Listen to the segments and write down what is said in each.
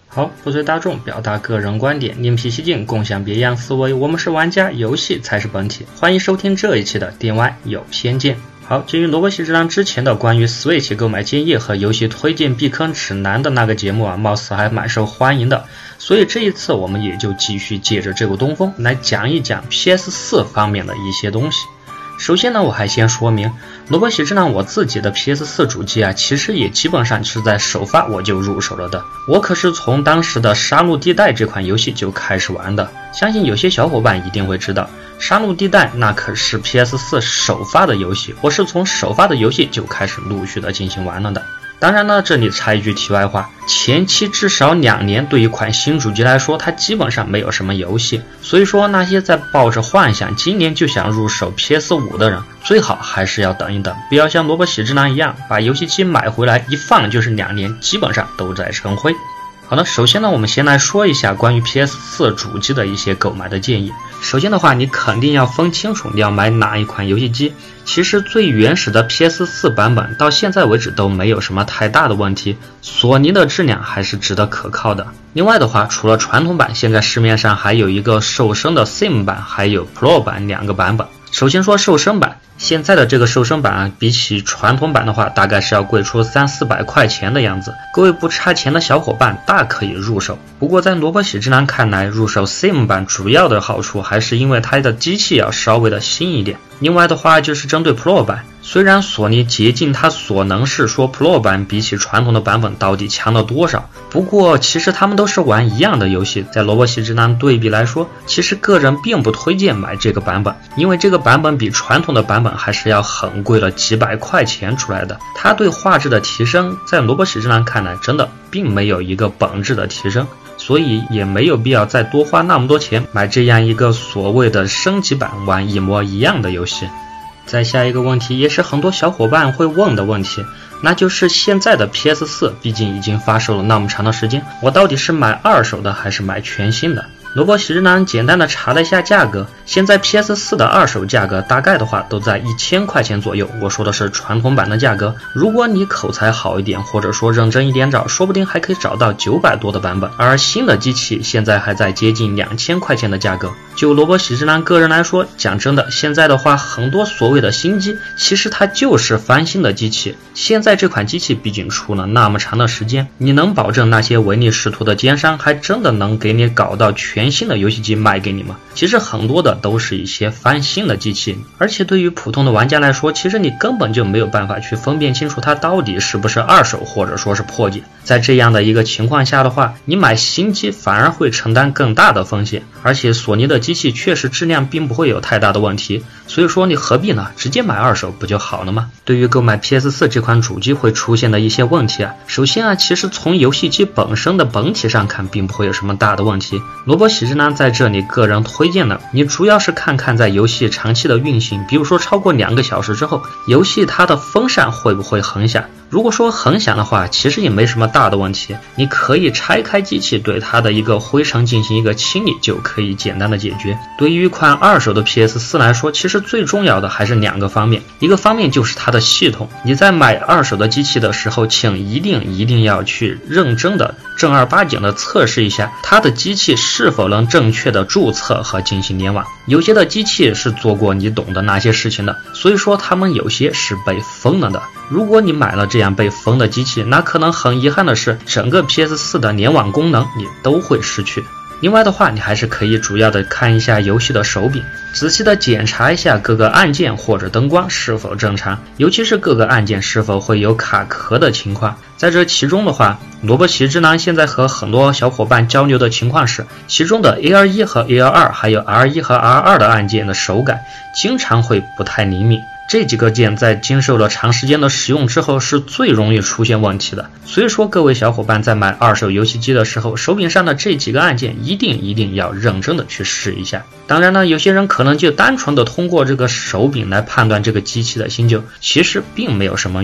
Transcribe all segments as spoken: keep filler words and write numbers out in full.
好，不随大众，表达个人观点，另辟蹊径，共享别样思维。我们是玩家，游戏才是本体。欢迎收听这一期的电玩有偏见。好，基于萝卜喜之郎之前的关于 Switch 购买建议和游戏推荐避坑指南的那个节目啊，貌似还蛮受欢迎的，所以这一次我们也就继续借着这股东风来讲一讲 P S 四 方面的一些东西。首先呢，我还先说明，萝卜喜之郎我自己的 P S 四 主机啊，其实也基本上是在首发我就入手了的。我可是从当时的《杀戮地带》这款游戏就开始玩的，相信有些小伙伴一定会知道，《杀戮地带》那可是 P S 四 首发的游戏，我是从首发的游戏就开始陆续的进行玩了的。当然呢，这里插一句题外话，前期至少两年对一款新主机来说，它基本上没有什么游戏，所以说那些在抱着幻想今年就想入手 P S 五 的人，最好还是要等一等，不要像萝卜喜之郎一样，把游戏机买回来一放就是两年，基本上都在成灰。好的，首先呢，我们先来说一下关于 P S 四 主机的一些购买的建议。首先的话，你肯定要分清楚你要买哪一款游戏机。其实最原始的 P S 四 版本到现在为止都没有什么太大的问题，索尼的质量还是值得可靠的。另外的话，除了传统版，现在市面上还有一个瘦身的 Sim 版，还有 Pro 版两个版本。首先说瘦身版，现在的这个瘦身版啊，比起传统版的话，大概是要贵出三四百块钱的样子。各位不差钱的小伙伴大可以入手。不过在萝卜喜之郎看来，入手 Sim 版主要的好处还是因为它的机器要稍微的新一点。另外的话就是针对 Pro 版，虽然索尼竭尽它所能是说 Pro 版比起传统的版本到底强了多少，不过其实他们都是玩一样的游戏，在萝卜喜之郎对比来说，其实个人并不推荐买这个版本，因为这个版本比传统的版本还是要很贵了几百块钱出来的。它对画质的提升，在萝卜喜之郎看来真的并没有一个本质的提升，所以也没有必要再多花那么多钱买这样一个所谓的升级版玩一模一样的游戏。再下一个问题，也是很多小伙伴会问的问题，那就是现在的 P S 四 毕竟已经发售了那么长的时间，我到底是买二手的还是买全新的？萝卜喜之郎简单的查了一下价格，现在 P S 四 的二手价格大概的话都在一千块钱左右，我说的是传统版的价格。如果你口才好一点，或者说认真一点找，说不定还可以找到九百多的版本。而新的机器现在还在接近两千块钱的价格。就萝卜喜之郎个人来说，讲真的，现在的话很多所谓的新机，其实它就是翻新的机器。现在这款机器毕竟出了那么长的时间，你能保证那些唯利是图的奸商还真的能给你搞到全全新的游戏机卖给你吗？其实很多的都是一些翻新的机器，而且对于普通的玩家来说，其实你根本就没有办法去分辨清楚它到底是不是二手或者说是破解。在这样的一个情况下的话，你买新机反而会承担更大的风险，而且索尼的机器确实质量并不会有太大的问题，所以说你何必呢？直接买二手不就好了吗？对于购买 P S 四 这款主机会出现的一些问题啊，首先啊，其实从游戏机本身的本体上看，并不会有什么大的问题。萝卜喜之郎在这里个人推荐的，你主要是看看在游戏长期的运行，比如说超过两个小时之后，游戏它的风扇会不会很响。如果说很响的话，其实也没什么大的问题，你可以拆开机器，对它的一个灰尘进行一个清理，就可以简单的解决。对于一款二手的 P S 四 来说，其实最重要的还是两个方面，一个方面就是它的系统。你在买二手的机器的时候，请一定一定要去认真的正儿八经的测试一下它的机器是否能正确的注册和进行联网。有些的机器是做过你懂的那些事情的，所以说他们有些是被封了的。如果你买了这样被封的机器，那可能很遗憾的是，整个 P S 四 的联网功能你都会失去。另外的话，你还是可以主要的看一下游戏的手柄，仔细的检查一下各个按键或者灯光是否正常，尤其是各个按键是否会有卡壳的情况。在这其中的话，萝卜喜之郎现在和很多小伙伴交流的情况是，其中的 A R 一 和 A R 二 还有 R 一 和 R 二 的按键的手感经常会不太灵敏，这几个键在经受了长时间的使用之后是最容易出现问题的。所以说各位小伙伴在买二手游戏机的时候，手柄上的这几个按键一定一定要认真的去试一下。当然呢，有些人可能就单纯的通过这个手柄来判断这个机器的新旧，其实并没有什么用。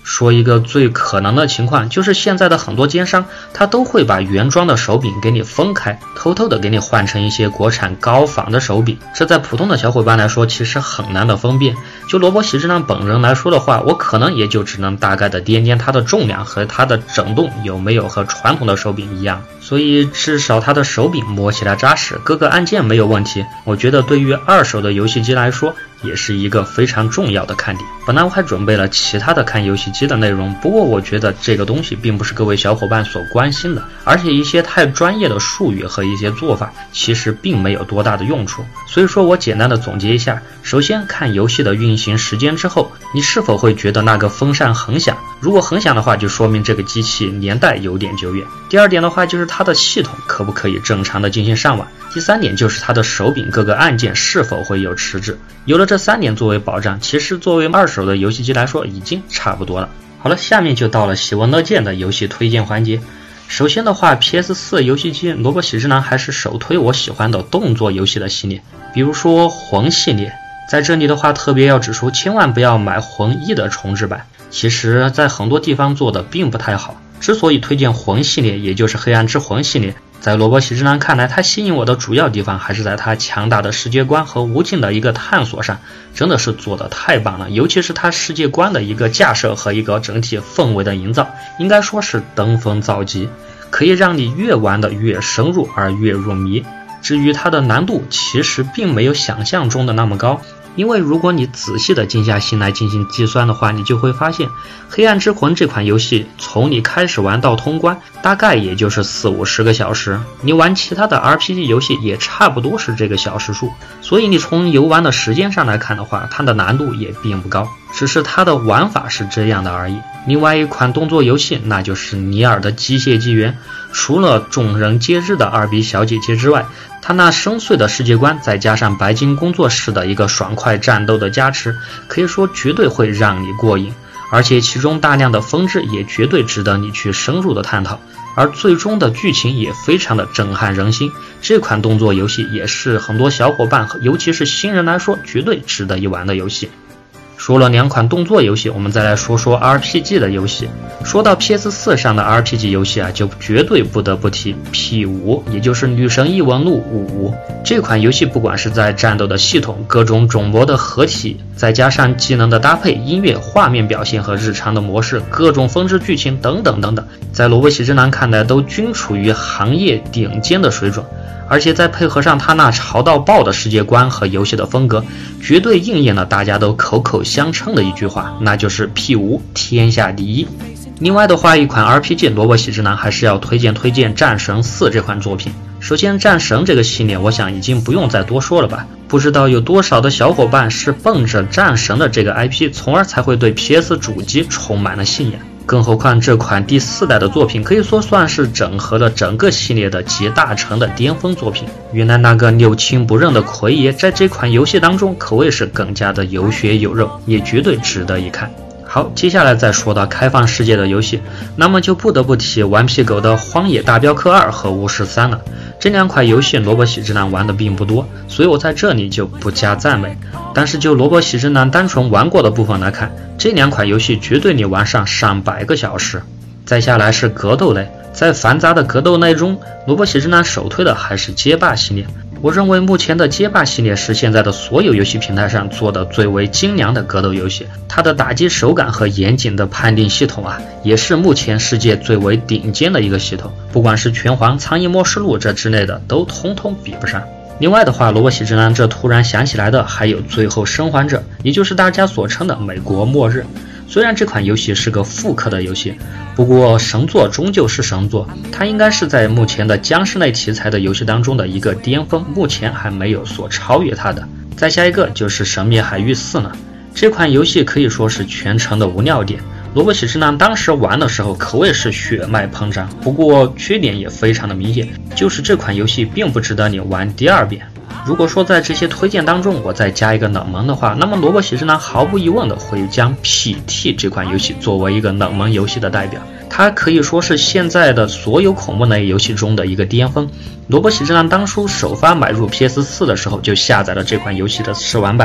说一个最可能的情况，就是现在的很多奸商，他都会把原装的手柄给你分开，偷偷的给你换成一些国产高仿的手柄。这在普通的小伙伴来说，其实很难的分辨。就萝卜喜之郎本人来说的话，我可能也就只能大概的掂掂它的重量和它的整动有没有和传统的手柄一样，所以至少它的手柄摸起来扎实，各个按键没有问题。我觉得对于二手的游戏机来说，也是一个非常重要的看点。本来我还准备了其他的看游戏机的内容，不过我觉得这个东西并不是各位小伙伴所关心的，而且一些太专业的术语和一些做法其实并没有多大的用处。所以说我简单的总结一下，首先看游戏的运行时间之后，你是否会觉得那个风扇很响，如果很响的话，就说明这个机器年代有点久远。第二点的话，就是它的系统可不可以正常的进行上网。第三点就是它的手柄各个按键是否会有迟滞。有了这三点作为保障，其实作为二手的游戏机来说已经差不多了。好了，下面就到了喜闻乐见的游戏推荐环节。首先的话 P S 四 游戏机萝卜喜之郎还是首推我喜欢的动作游戏的系列，比如说魂系列。在这里的话特别要指出，千万不要买魂一的重置版，其实在很多地方做的并不太好。之所以推荐魂系列，也就是黑暗之魂系列，在萝卜喜之郎看来，它吸引我的主要地方还是在它强大的世界观和无尽的一个探索上，真的是做得太棒了。尤其是它世界观的一个架设和一个整体氛围的营造，应该说是登峰造极，可以让你越玩的越深入而越入迷。至于它的难度，其实并没有想象中的那么高，因为如果你仔细的静下心来进行计算的话，你就会发现黑暗之魂这款游戏从你开始玩到通关大概也就是四五十个小时，你玩其他的 R P G 游戏也差不多是这个小时数，所以你从游玩的时间上来看的话，它的难度也并不高，只是它的玩法是这样的而已。另外一款动作游戏那就是尼尔的机械纪元，除了众人皆知的二 B 小姐姐之外，它那深邃的世界观再加上白金工作室的一个爽快战斗的加持，可以说绝对会让你过瘾，而且其中大量的分支也绝对值得你去深入的探讨，而最终的剧情也非常的震撼人心。这款动作游戏也是很多小伙伴尤其是新人来说绝对值得一玩的游戏。说了两款动作游戏，我们再来说说 R P G 的游戏。说到 P S 四 上的 R P G 游戏啊，就绝对不得不提 P 五， 也就是女神异闻录五。这款游戏不管是在战斗的系统、各种种模的合体，再加上技能的搭配、音乐、画面表现和日常的模式、各种分支剧情等等等等，在萝卜喜之郎看来都均处于行业顶尖的水准。而且再配合上他那潮到爆的世界观和游戏的风格，绝对应验了大家都口口相称的一句话，那就是 P 五 天下第一。另外的话，一款 R P G 萝卜喜之郎还是要推荐推荐战神四这款作品。首先战神这个系列我想已经不用再多说了吧，不知道有多少的小伙伴是奔着战神的这个 I P 从而才会对 P S 主机充满了信仰。更何况这款第四代的作品可以说算是整合了整个系列的集大成的巅峰作品。原来那个六亲不认的奎爷在这款游戏当中可谓是更加的有血有肉，也绝对值得一看。好，接下来再说到开放世界的游戏，那么就不得不提顽皮狗的荒野大镖客二和巫师三了。这两款游戏萝卜喜之郎玩的并不多，所以我在这里就不加赞美。但是就萝卜喜之郎单纯玩过的部分来看，这两款游戏绝对你玩上上百个小时。再下来是格斗类，在繁杂的格斗类中，萝卜喜之郎首推的还是街霸系列。我认为目前的街霸系列是现在的所有游戏平台上做的最为精良的格斗游戏，它的打击手感和严谨的判定系统啊，也是目前世界最为顶尖的一个系统，不管是拳皇、苍蝇末世录这之类的都通通比不上。另外的话，萝卜喜之郎这突然想起来的还有最后生还者，也就是大家所称的美国末日。虽然这款游戏是个复刻的游戏，不过神作终究是神作，它应该是在目前的僵尸类题材的游戏当中的一个巅峰，目前还没有所超越它的。再下一个就是神灭海域四了，这款游戏可以说是全程的无尿点，萝卜喜之郎当时玩的时候可谓是血脉膨胀，不过缺点也非常的明显，就是这款游戏并不值得你玩第二遍。如果说在这些推荐当中我再加一个冷门的话，那么萝卜喜之郎毫无疑问的会将 P T 这款游戏作为一个冷门游戏的代表，它可以说是现在的所有恐怖类游戏中的一个巅峰。萝卜喜之郎当初首发买入 P S 四 的时候就下载了这款游戏的试玩版，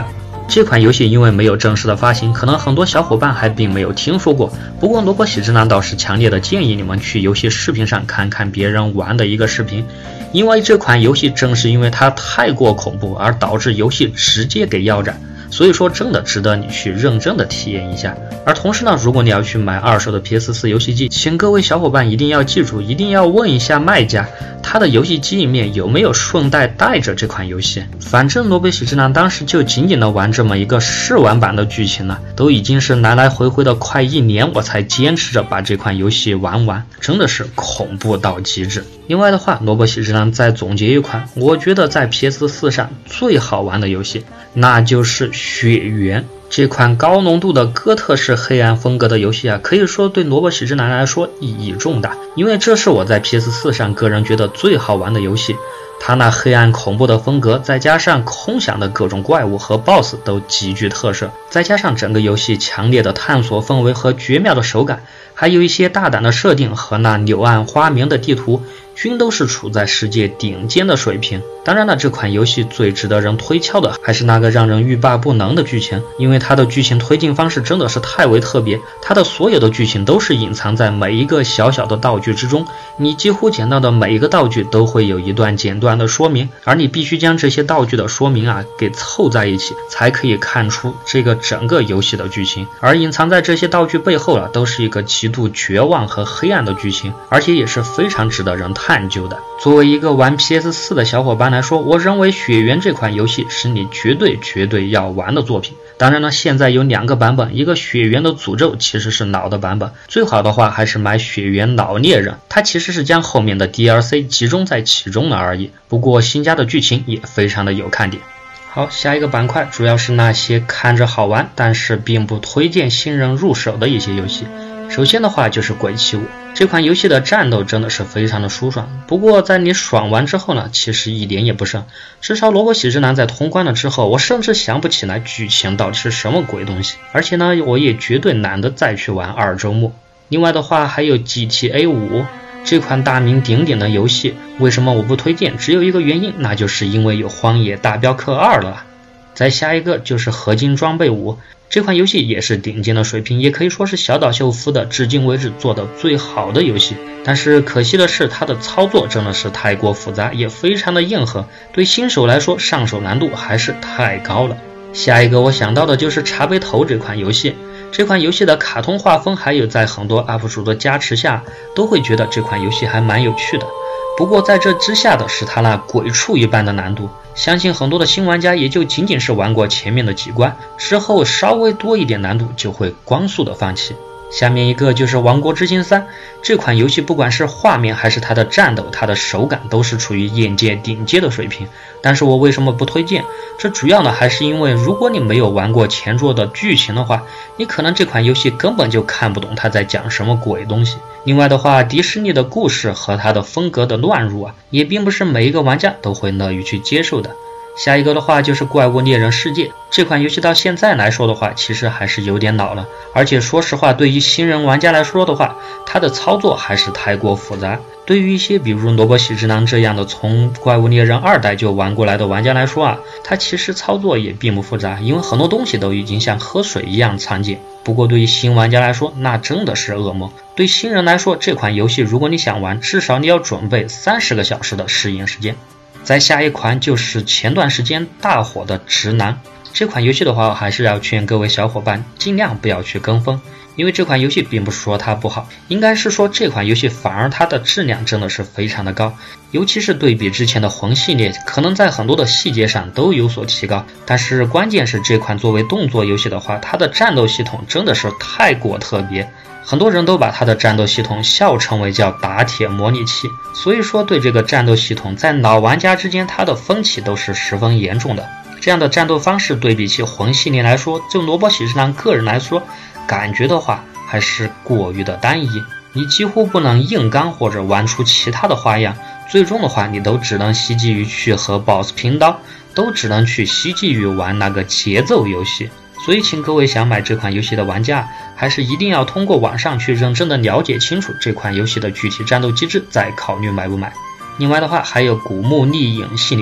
这款游戏因为没有正式的发行，可能很多小伙伴还并没有听说过。不过萝卜喜之郎倒是强烈的建议你们去游戏视频上看看别人玩的一个视频，因为这款游戏正是因为它太过恐怖而导致游戏直接给腰斩，所以说真的值得你去认真的体验一下。而同时呢，如果你要去买二手的 P S 四 游戏机，请各位小伙伴一定要记住，一定要问一下卖家，他的游戏机里面有没有顺带带着这款游戏。反正萝卜喜之郎当时就仅仅的玩这么一个试玩版的剧情了，都已经是来来回回的快一年，我才坚持着把这款游戏玩完，真的是恐怖到极致。另外的话，萝卜喜之郎再总结一款我觉得在 P S 四 上最好玩的游戏，那就是血缘。这款高浓度的哥特式黑暗风格的游戏啊，可以说对萝卜喜之郎来说意义重大，因为这是我在 P S 四 上个人觉得最好玩的游戏。它那黑暗恐怖的风格，再加上空想的各种怪物和 B O S S 都极具特色，再加上整个游戏强烈的探索氛围和绝妙的手感，还有一些大胆的设定和那柳暗花明的地图，均都是处在世界顶尖的水平。当然了，这款游戏最值得人推敲的还是那个让人欲罢不能的剧情，因为它的剧情推进方式真的是太为特别，它的所有的剧情都是隐藏在每一个小小的道具之中，你几乎捡到的每一个道具都会有一段简短的说明，而你必须将这些道具的说明啊给凑在一起，才可以看出这个整个游戏的剧情。而隐藏在这些道具背后啊，都是一个极度绝望和黑暗的剧情，而且也是非常值得人探究的。作为一个玩 P S 四 的小伙伴来说，我认为血缘这款游戏是你绝对绝对要玩的作品。当然呢，现在有两个版本，一个血缘的诅咒其实是老的版本，最好的话还是买血缘老猎人，它其实是将后面的 D L C 集中在其中了而已。不过新加的剧情也非常的有看点。好，下一个板块主要是那些看着好玩，但是并不推荐新人入手的一些游戏。首先的话就是鬼泣五，这款游戏的战斗真的是非常的舒爽，不过在你爽完之后呢，其实一点也不剩。至少萝卜喜之郎在通关了之后，我甚至想不起来剧情到底是什么鬼东西，而且呢，我也绝对懒得再去玩二周目。另外的话还有 G T A 五，这款大名鼎鼎的游戏，为什么我不推荐？只有一个原因，那就是因为有荒野大镖客二了。再下一个就是合金装备五，这款游戏也是顶尖的水平，也可以说是小岛秀夫的至今为止做的最好的游戏。但是可惜的是，它的操作真的是太过复杂，也非常的硬核，对新手来说上手难度还是太高了。下一个我想到的就是茶杯头这款游戏，这款游戏的卡通画风还有在很多 U P 主的加持下，都会觉得这款游戏还蛮有趣的。不过在这之下的是它那鬼畜一般的难度，相信很多的新玩家也就仅仅是玩过前面的几关，之后稍微多一点难度就会光速的放弃。下面一个就是王国之心三，这款游戏不管是画面还是它的战斗，它的手感都是处于业界顶尖的水平，但是我为什么不推荐？这主要呢还是因为如果你没有玩过前作的剧情的话，你可能这款游戏根本就看不懂它在讲什么鬼东西。另外的话，迪士尼的故事和它的风格的乱入啊，也并不是每一个玩家都会乐于去接受的。下一个的话就是怪物猎人世界，这款游戏到现在来说的话，其实还是有点老了，而且说实话，对于新人玩家来说的话，它的操作还是太过复杂。对于一些比如萝卜喜之郎这样的从怪物猎人二代就玩过来的玩家来说啊，它其实操作也并不复杂，因为很多东西都已经像喝水一样常见。不过对于新玩家来说，那真的是噩梦。对新人来说，这款游戏如果你想玩，至少你要准备三十个小时的适应时间。再下一款就是前段时间大火的直男，这款游戏的话，我还是要劝各位小伙伴尽量不要去跟风，因为这款游戏并不是说它不好，应该是说这款游戏反而它的质量真的是非常的高，尤其是对比之前的魂系列，可能在很多的细节上都有所提高。但是关键是这款作为动作游戏的话，它的战斗系统真的是太过特别，很多人都把它的战斗系统笑称为叫打铁模拟器，所以说对这个战斗系统在老玩家之间它的分歧都是十分严重的。这样的战斗方式对比起魂系列来说，就萝卜喜之郎个人来说，感觉的话还是过于的单一，你几乎不能硬刚或者玩出其他的花样，最终的话你都只能希冀于去和 boss 拼刀，都只能去希冀于玩那个节奏游戏。所以请各位想买这款游戏的玩家，还是一定要通过网上去认真的了解清楚这款游戏的具体战斗机制，再考虑买不买。另外的话还有古墓丽影系列，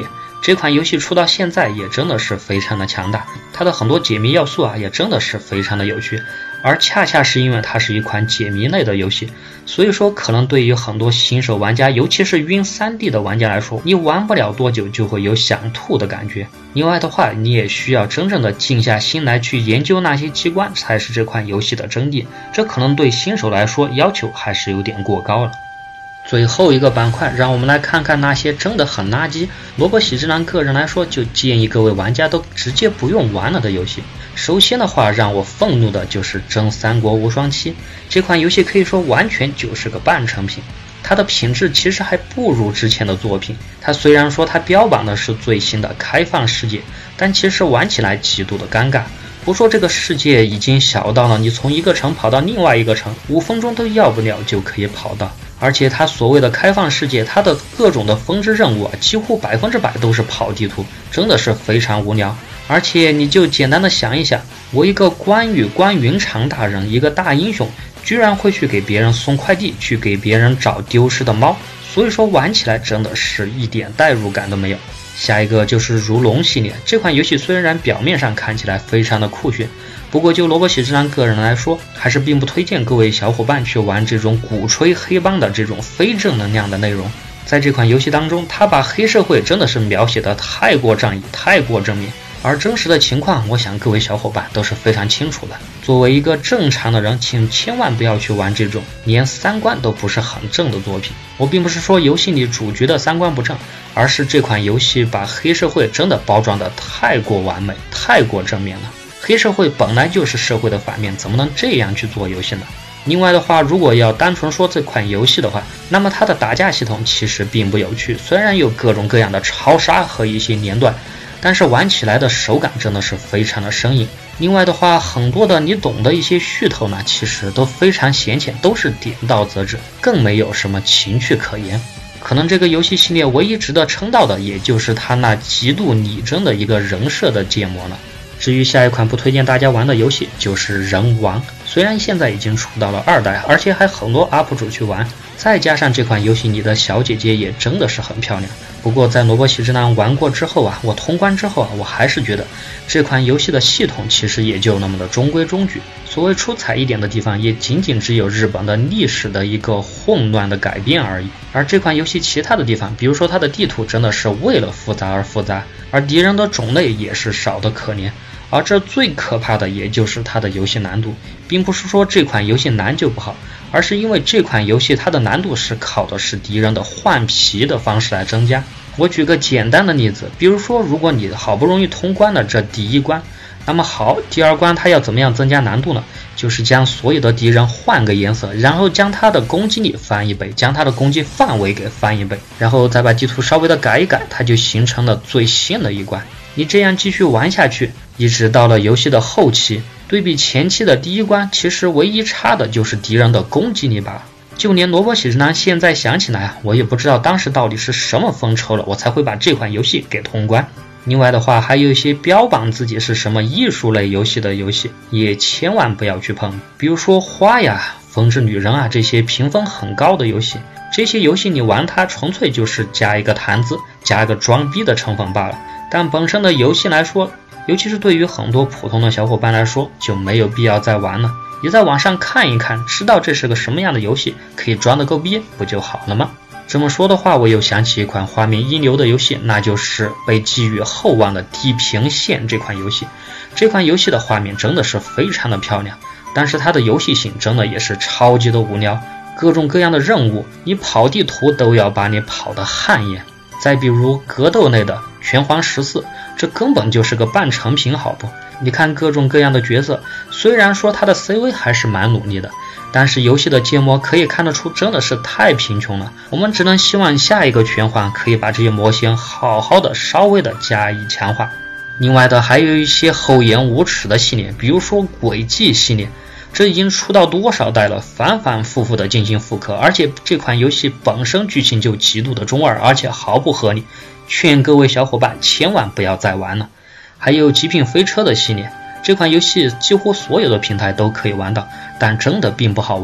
这款游戏出到现在也真的是非常的强大，它的很多解谜要素啊也真的是非常的有趣，而恰恰是因为它是一款解谜类的游戏，所以说可能对于很多新手玩家，尤其是晕 三 D 的玩家来说，你玩不了多久就会有想吐的感觉。另外的话，你也需要真正的静下心来去研究那些机关，才是这款游戏的真谛，这可能对新手来说要求还是有点过高了。最后一个板块，让我们来看看那些真的很垃圾，萝卜喜之郎个人来说就建议各位玩家都直接不用玩了的游戏。首先的话，让我愤怒的就是《真三国无双七》这款游戏，可以说完全就是个半成品，它的品质其实还不如之前的作品。它虽然说它标榜的是最新的开放世界，但其实玩起来极度的尴尬。不说这个世界已经小到了你从一个城跑到另外一个城五分钟都要不了就可以跑到，而且它所谓的开放世界，它的各种的分支任务啊，几乎百分之百都是跑地图，真的是非常无聊。而且你就简单的想一想，我一个关羽关云长大人，一个大英雄，居然会去给别人送快递，去给别人找丢失的猫，所以说玩起来真的是一点代入感都没有。下一个就是如龙系列，这款游戏虽然表面上看起来非常的酷炫，不过就萝卜喜之郎个人来说，还是并不推荐各位小伙伴去玩这种鼓吹黑帮的这种非正能量的内容。在这款游戏当中，他把黑社会真的是描写的太过仗义，太过正面，而真实的情况我想各位小伙伴都是非常清楚的。作为一个正常的人，请千万不要去玩这种连三观都不是很正的作品。我并不是说游戏里主角的三观不正，而是这款游戏把黑社会真的包装的太过完美，太过正面了。黑社会本来就是社会的反面，怎么能这样去做游戏呢？另外的话，如果要单纯说这款游戏的话，那么它的打架系统其实并不有趣，虽然有各种各样的超杀和一些连段，但是玩起来的手感真的是非常的生硬。另外的话，很多的你懂的一些噱头呢，其实都非常浅浅，都是点到则止，更没有什么情趣可言。可能这个游戏系列唯一值得称道的，也就是它那极度拟真的一个人设的建模了。至于下一款不推荐大家玩的游戏，就是人王。虽然现在已经出到了二代，而且还很多 U P 主去玩，再加上这款游戏里的小姐姐也真的是很漂亮。不过在萝卜喜之郎玩过之后啊，我通关之后啊，我还是觉得这款游戏的系统其实也就那么的中规中矩，所谓出彩一点的地方也仅仅只有日本的历史的一个混乱的改变而已。而这款游戏其他的地方，比如说它的地图真的是为了复杂而复杂，而敌人的种类也是少得可怜。而这最可怕的也就是它的游戏难度，并不是说这款游戏难就不好，而是因为这款游戏它的难度是靠的是敌人的换皮的方式来增加。我举个简单的例子，比如说如果你好不容易通关了这第一关，那么好，第二关它要怎么样增加难度呢？就是将所有的敌人换个颜色，然后将它的攻击力翻一倍，将它的攻击范围给翻一倍，然后再把地图稍微的改一改，它就形成了最新的一关。你这样继续玩下去，一直到了游戏的后期，对比前期的第一关，其实唯一差的就是敌人的攻击力罢了。就连萝卜喜之郎现在想起来啊，我也不知道当时到底是什么风抽了，我才会把这款游戏给通关。另外的话，还有一些标榜自己是什么艺术类游戏的游戏，也千万不要去碰。比如说花呀、风之女人啊，这些评分很高的游戏，这些游戏你玩它纯粹就是加一个谈资，加一个装逼的成分罢了。但本身的游戏来说，尤其是对于很多普通的小伙伴来说，就没有必要再玩了。你在网上看一看，知道这是个什么样的游戏，可以装得够逼，不就好了吗？这么说的话，我又想起一款画面一流的游戏，那就是被寄予厚望的《地平线》这款游戏。这款游戏的画面真的是非常的漂亮，但是它的游戏性真的也是超级的无聊，各种各样的任务，你跑地图都要把你跑得汗颜。再比如格斗类的拳皇十四，这根本就是个半成品好不？你看各种各样的角色，虽然说它的 C V 还是蛮努力的，但是游戏的建模可以看得出真的是太贫穷了。我们只能希望下一个拳皇可以把这些模型好好的稍微的加以强化。另外的还有一些厚颜无耻的系列，比如说轨迹系列，这已经出到多少代了，反反复复的进行复刻，而且这款游戏本身剧情就极度的中二，而且毫不合理，劝各位小伙伴千万不要再玩了。还有极品飞车的系列，这款游戏几乎所有的平台都可以玩到，但真的并不好玩。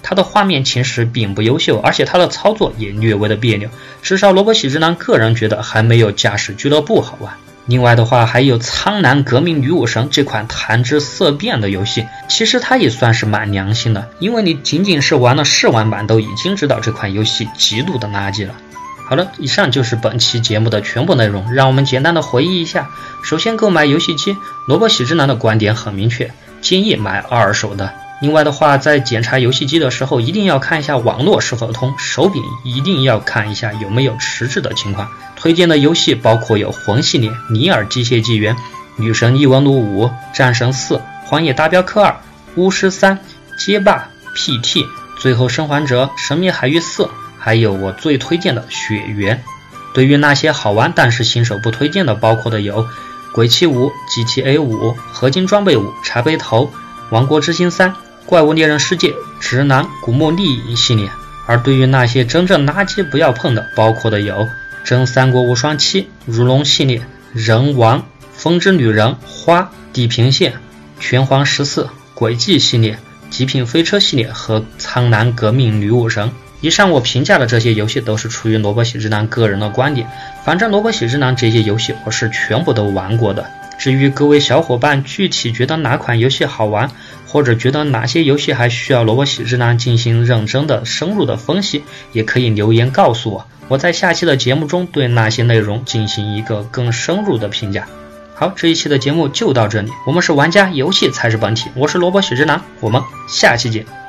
它的画面其实并不优秀，而且它的操作也略微的别扭，至少萝卜喜之郎个人觉得还没有驾驶俱乐部好玩。另外的话，还有苍南革命女武神这款谈之色变的游戏，其实它也算是蛮良心的，因为你仅仅是玩了试玩版都已经知道这款游戏极度的垃圾了。好了，以上就是本期节目的全部内容，让我们简单的回忆一下。首先，购买游戏机，萝卜喜之郎的观点很明确，建议买二手的。另外的话，在检查游戏机的时候，一定要看一下网络是否通，手柄一定要看一下有没有迟滞的情况。推荐的游戏包括有魂系列、尼尔机械纪元、女神异闻录五、战神四、荒野大镖客二、巫师三、街霸、P T、最后生还者、神秘海域四，还有我最推荐的雪原。对于那些好玩但是新手不推荐的，包括的有鬼泣五、G T A 五、合金装备五、茶杯头、王国之心三、怪物猎人世界、直男、古墓丽影系列。而对于那些真正垃圾不要碰的，包括的有真三国无双七、如龙系列、人王、风之女人、花、地平线、拳皇十四、轨迹系列、极品飞车系列和苍南革命女武神。以上我评价的这些游戏都是出于萝卜喜之郎个人的观点，反正萝卜喜之郎这些游戏我是全部都玩过的。至于各位小伙伴具体觉得哪款游戏好玩，或者觉得哪些游戏还需要萝卜喜之郎进行认真的深入的分析，也可以留言告诉我，我在下期的节目中对那些内容进行一个更深入的评价。好，这一期的节目就到这里，我们是玩家，游戏才是本体，我是萝卜喜之郎，我们下期见。